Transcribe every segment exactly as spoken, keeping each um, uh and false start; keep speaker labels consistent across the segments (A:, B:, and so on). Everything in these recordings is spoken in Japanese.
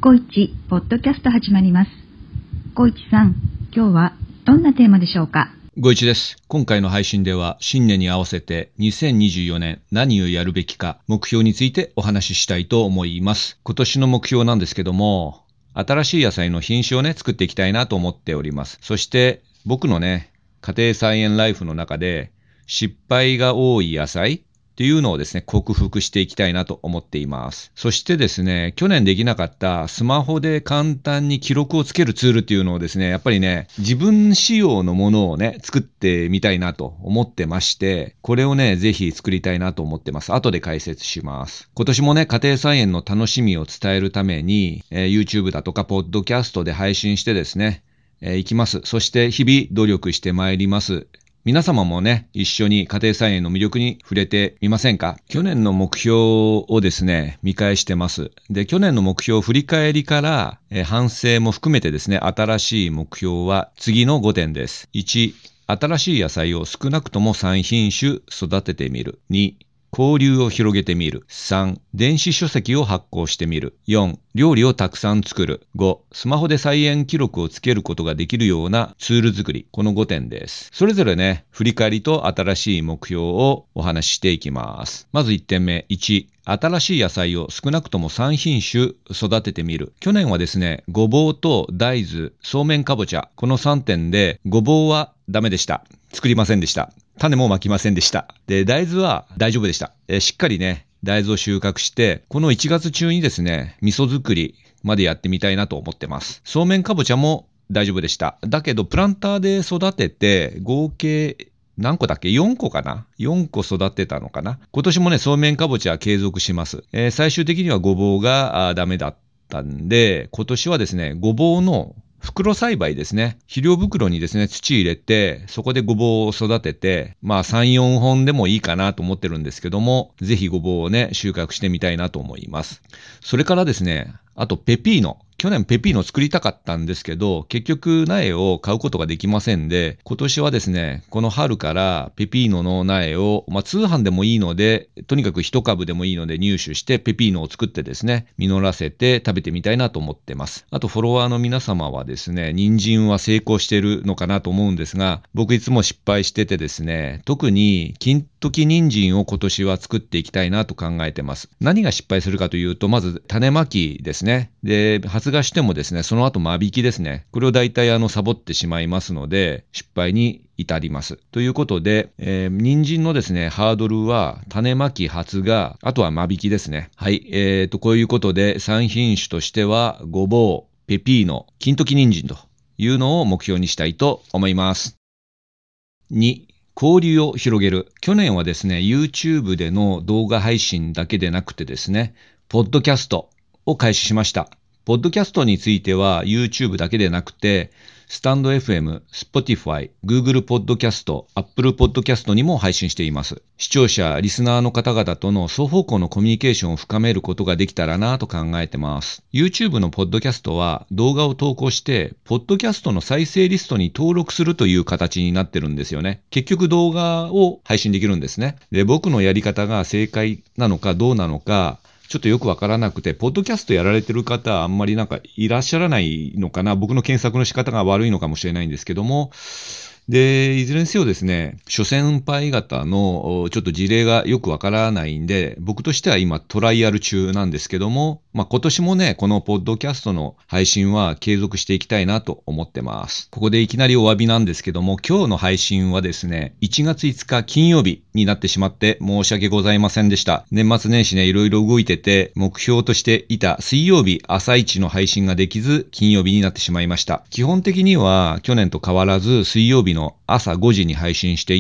A: コイチポッドキャスト始まります。コイチさん、今日はどんなテーマでしょうか？
B: ごいちです。今回の配信では新年に合わせてにせんにじゅうよねん何をやるべきか目標についてお話ししたいと思います。今年の目標なんですけども、新しい野菜の品種をね作っていきたいなと思っております。そして僕のね家庭菜園ライフの中で失敗が多い野菜っていうのをですね、克服していきたいなと思っています。そしてですね、去年できなかったスマホで簡単に記録をつけるツールっていうのをですね、やっぱりね、自分仕様のものをね、作ってみたいなと思ってまして、これをね、ぜひ作りたいなと思ってます。後で解説します。今年もね、家庭菜園の楽しみを伝えるために、えー、YouTube だとか、ポッドキャストで配信してですね、えー、いきます。そして日々努力してまいります。皆様もね、一緒に家庭菜園の魅力に触れてみませんか？去年の目標をですね、見返してます。で、去年の目標振り返りから、えー、反省も含めてですね、新しい目標は次のごてんです。いち、新しい野菜を少なくともさん品種育ててみる。に、交流を広げてみる。さん、電子書籍を発行してみる。よん、料理をたくさん作る。ご、スマホで菜園記録をつけることができるようなツール作り。このごてんです。それぞれね、振り返りと新しい目標をお話ししていきます。まずいってんめ、いち、新しい野菜を少なくともさん品種育ててみる。去年はですね、ごぼうと大豆、そうめんかぼちゃ、このさんてんで、ごぼうはダメでした。作りませんでした。種もまきませんでした。で、大豆は大丈夫でした。えしっかりね、大豆を収穫して、このいちがつ中にですね、味噌作りまでやってみたいなと思ってます。そうめんかぼちゃも大丈夫でした。だけど、プランターで育てて、合計何個だっけ ?よん 個かな ?よん 個育てたのかな。今年もね、そうめんかぼちゃは継続します。えー、最終的にはごぼうがダメだったんで、今年はですね、ごぼうの袋栽培ですね。肥料袋にですね、土入れて、そこでごぼうを育てて、まあさん、よんほんでもいいかなと思ってるんですけども、ぜひごぼうをね、収穫してみたいなと思います。それからですね、あとペピーノ。去年ペピーノ作りたかったんですけど、結局苗を買うことができませんで、今年はですね、この春からペピーノの苗を、まあ通販でもいいので、とにかく一株でもいいので入手してペピーノを作ってですね、実らせて食べてみたいなと思ってます。あとフォロワーの皆様はですね、人参は成功しているのかなと思うんですが、僕いつも失敗しててですね、特に金時人参を今年は作っていきたいなと考えてます。何が失敗するかというと、まず種まきですね。で、発芽してもですね、その後間引きですね。これを大体あのサボってしまいますので、失敗に至ります。ということで、えー、人参のですね、ハードルは種まき、発芽、あとは間引きですね。はい、えーと、こういうことでさん品種としては、ごぼう、ペピーノ、金時人参というのを目標にしたいと思います。に、交流を広げる。去年はですね、YouTube での動画配信だけでなくてですね、ポッドキャストを開始しました。ポッドキャストについては YouTube だけでなくて、スタンド エフエム、Spotify、Google ポッドキャスト、Apple ポッドキャストにも配信しています。視聴者、リスナーの方々との双方向のコミュニケーションを深めることができたらなと考えてます。YouTube のポッドキャストは動画を投稿して、ポッドキャストの再生リストに登録するという形になってるんですよね。結局動画を配信できるんですね。で、僕のやり方が正解なのかどうなのか、ちょっとよくわからなくて、ポッドキャストやられてる方あんまりなんかいらっしゃらないのかな。僕の検索の仕方が悪いのかもしれないんですけども、で、いずれにせよですね、諸先輩方のちょっと事例がよくわからないんで、僕としては今トライアル中なんですけども、まあ今年もね、このポッドキャストの配信は継続していきたいなと思ってます。ここでいきなりお詫びなんですけども、今日の配信はですね、いちがついつか金曜日になってしまって申し訳ございませんでした。年末年始ね、いろいろ動いてて、目標としていた水曜日朝一の配信ができず、金曜日になってしまいました。基本的には去年と変わらず水曜日の朝ごじに配信していって、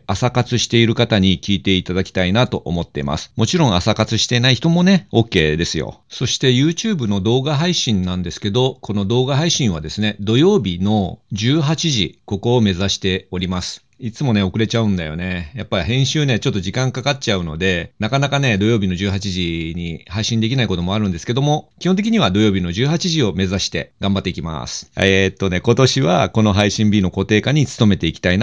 B: 朝活している方に聞いていただきたいなと思っています。もちろん朝活していない人もね、OK ですよ。そして YouTube の動画配信なんですけど、この動画配信はですね、土曜日のじゅうはちじ、ここを目指しております。いつもね、遅れちゃうんだよね。やっぱり編集ね、ちょっと時間かかっちゃうので、なかなかね、土曜日のじゅうはちじに配信できないこともあるんですけども、基本的には土曜日のじゅうはちじを目指して頑張っていきます。えー、っとね、今年はこの配信日の固定化に努めていきたいなと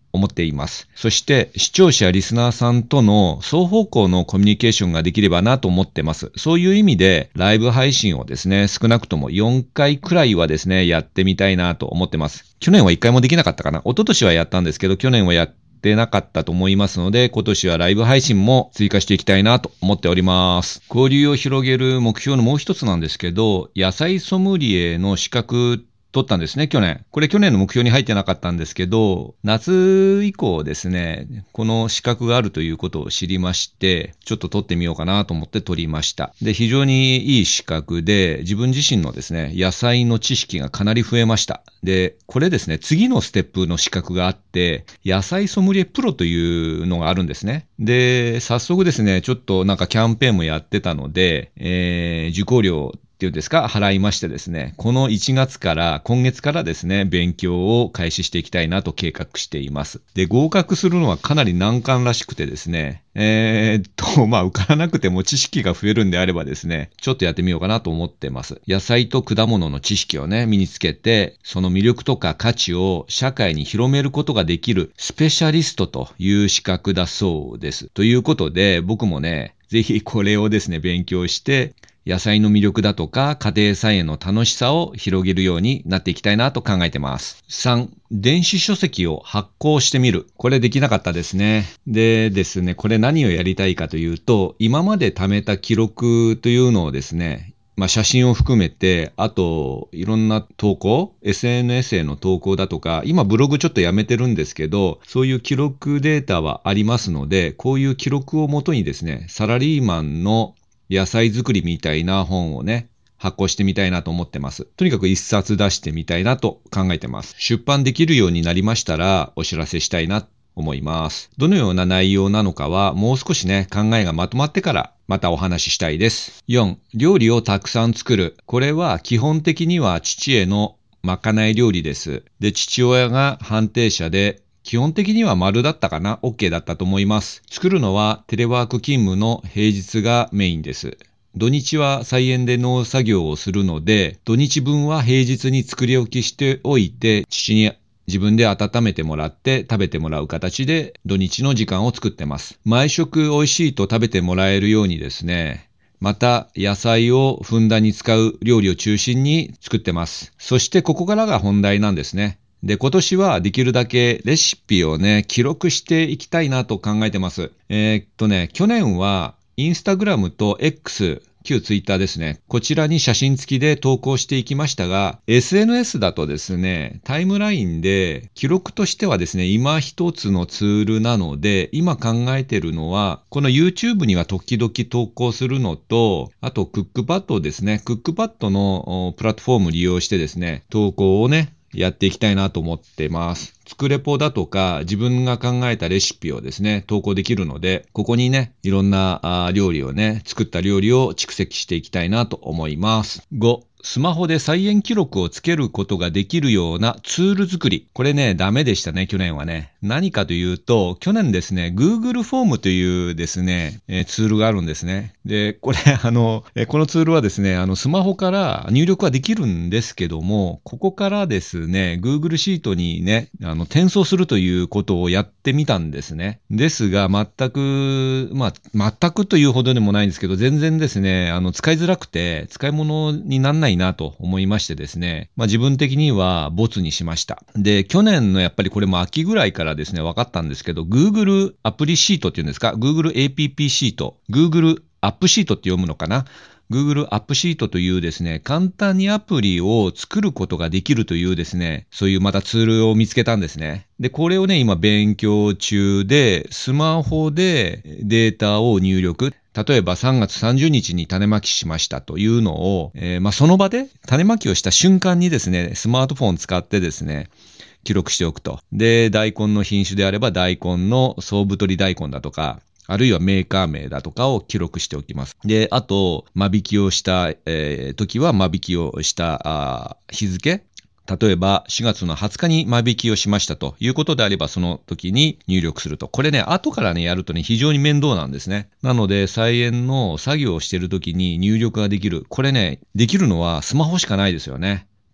B: 思っています。そして視聴者、リスナーさんとの双方向のコミュニケーションができればなと思ってます。そういう意味でライブ配信をですね、少なくともよんかいくらいはですね、やってみたいなと思ってます。去年はいっかいもできなかったかな。一昨年はやったんですけど、去年はやってなかったと思いますので、今年はライブ配信も追加していきたいなと思っております。交流を広げる目標のもう一つなんですけど、野菜ソムリエの資格取ったんですね、去年。これ去年の目標に入ってなかったんですけど、夏以降ですね、この資格があるということを知りまして、ちょっと取ってみようかなと思って取りました。で、非常にいい資格で、自分自身のですね、野菜の知識がかなり増えました。で、これですね、次のステップの資格があって、野菜ソムリエプロというのがあるんですね。で、早速ですね、ちょっとなんかキャンペーンもやってたので、えー、受講料っていうんですか、払いましてですね、このいちがつから、今月からですね、勉強を開始していきたいなと計画しています。で、合格するのはかなり難関らしくてですね、えー、っと、まあ、受からなくても知識が増えるんであればですね、ちょっとやってみようかなと思ってます。野菜と果物の知識をね、身につけて、その魅力とか価値を社会に広めることができるスペシャリストという資格だそうです。ということで、僕もね、ぜひこれをですね、勉強して、野菜の魅力だとか家庭菜園の楽しさを広げるようになっていきたいなと考えてます。さん、電子書籍を発行してみる。これできなかったですね。でですね、これ何をやりたいかというと、今まで貯めた記録というのをですね、まあ写真を含めて、あといろんな投稿、エスエヌエス への投稿だとか、今ブログちょっとやめてるんですけど、そういう記録データはありますので、こういう記録をもとにですね、サラリーマンの野菜作りみたいな本をね、発行してみたいなと思ってます。とにかく一冊出してみたいなと考えてます。出版できるようになりましたらお知らせしたいなと思います。どのような内容なのかはもう少しね、考えがまとまってからまたお話ししたいです。よん、料理をたくさん作る。これは基本的には父へのまかない料理です。で、父親が判定者で、基本的には丸だったかな ?OK だったと思います。作るのはテレワーク勤務の平日がメインです。土日は菜園で農作業をするので、土日分は平日に作り置きしておいて、父に自分で温めてもらって食べてもらう形で土日の時間を作ってます。毎食美味しいと食べてもらえるようにですね、また野菜をふんだんに使う料理を中心に作ってます。そしてここからが本題なんですね。で、今年はできるだけレシピをね、記録していきたいなと考えてます。えー、っとね、去年はインスタグラムと X、旧ツイッターですね。こちらに写真付きで投稿していきましたが、エスエヌエス だとですね、タイムラインで記録としてはですね、今一つのツールなので、今考えているのは、この YouTube には時々投稿するのと、あとクックパッドですね、クックパッドのプラットフォーム利用してですね、投稿をね、やっていきたいなと思ってます。作レポだとか自分が考えたレシピをですね、投稿できるので、ここにね、いろんな料理をね、作った料理を蓄積していきたいなと思います。ご、スマホで菜園記録をつけることができるようなツール作り。これね、ダメでしたね、去年はね。何かというと、去年ですね、Google フォームというですね、えー、ツールがあるんですね。で、これ、あの、えー、このツールはですね、あの、スマホから入力はできるんですけども、ここからですね、Google シートにね、あの、転送するということをやってみたんですね。ですが、全く、まあ、全くというほどでもないんですけど、全然ですね、あの、使いづらくて、使い物にならないなと思いましてですね、まあ自分的にはボツにしました。で、去年のやっぱりこれも秋ぐらいからですね、分かったんですけど、Google アプリシートっていうんですか、Google エーピーピー シート、Google アップシートって読むのかな、Google アップシートというですね、簡単にアプリを作ることができるというですね、そういうまたツールを見つけたんですね。で、これをね、今勉強中で、スマホでデータを入力。例えばさんがつさんじゅうにちに種まきしましたというのを、えー、まあその場で種まきをした瞬間にですね、スマートフォンを使ってですね、記録しておくと。で、大根の品種であれば大根の総太り大根だとか、あるいはメーカー名だとかを記録しておきます。で、あと、間引きをした、えー、時は間引きをしたあ日付。例えばしがつのはつかに間引きをしましたということであればその時に入力すると。これね、後からね、やるとね、非常に面倒なんですね。なので、菜園の作業をしている時に入力ができる。これね、できるのはスマホしかないですよね。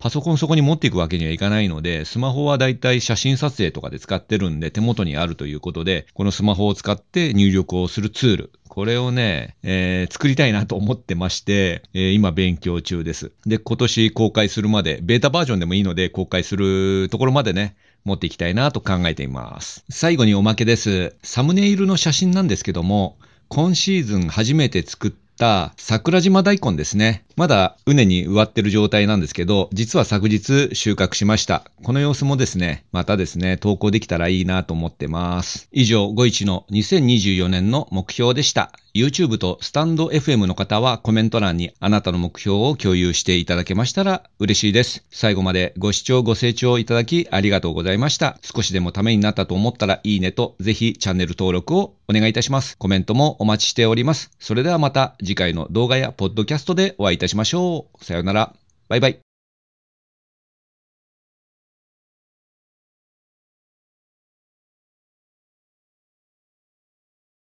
B: パソコンそこに持っていくわけにはいかないので、スマホはだいたい写真撮影とかで使ってるんで手元にあるということで、このスマホを使って入力をするツール、これをね、えー、作りたいなと思ってまして、えー、今勉強中です。で、今年公開するまで、ベータバージョンでもいいので公開するところまでね、持っていきたいなと考えています。最後におまけです。サムネイルの写真なんですけども、今シーズン初めて作った桜島大根ですね。まだ畝に植わってる状態なんですけど、実は昨日収穫しました。この様子もですね、またですね、投稿できたらいいなと思ってます。以上、ごいちのにせんにじゅうよねんの目標でした。YouTube とスタンド エフエム の方はコメント欄にあなたの目標を共有していただけましたら嬉しいです。最後までご視聴ご清聴いただきありがとうございました。少しでもためになったと思ったらいいねと、ぜひチャンネル登録をお願いいたします。コメントもお待ちしております。それではまた次回の動画やポッドキャストでお会いいたしましょう。さようなら。バイバイ。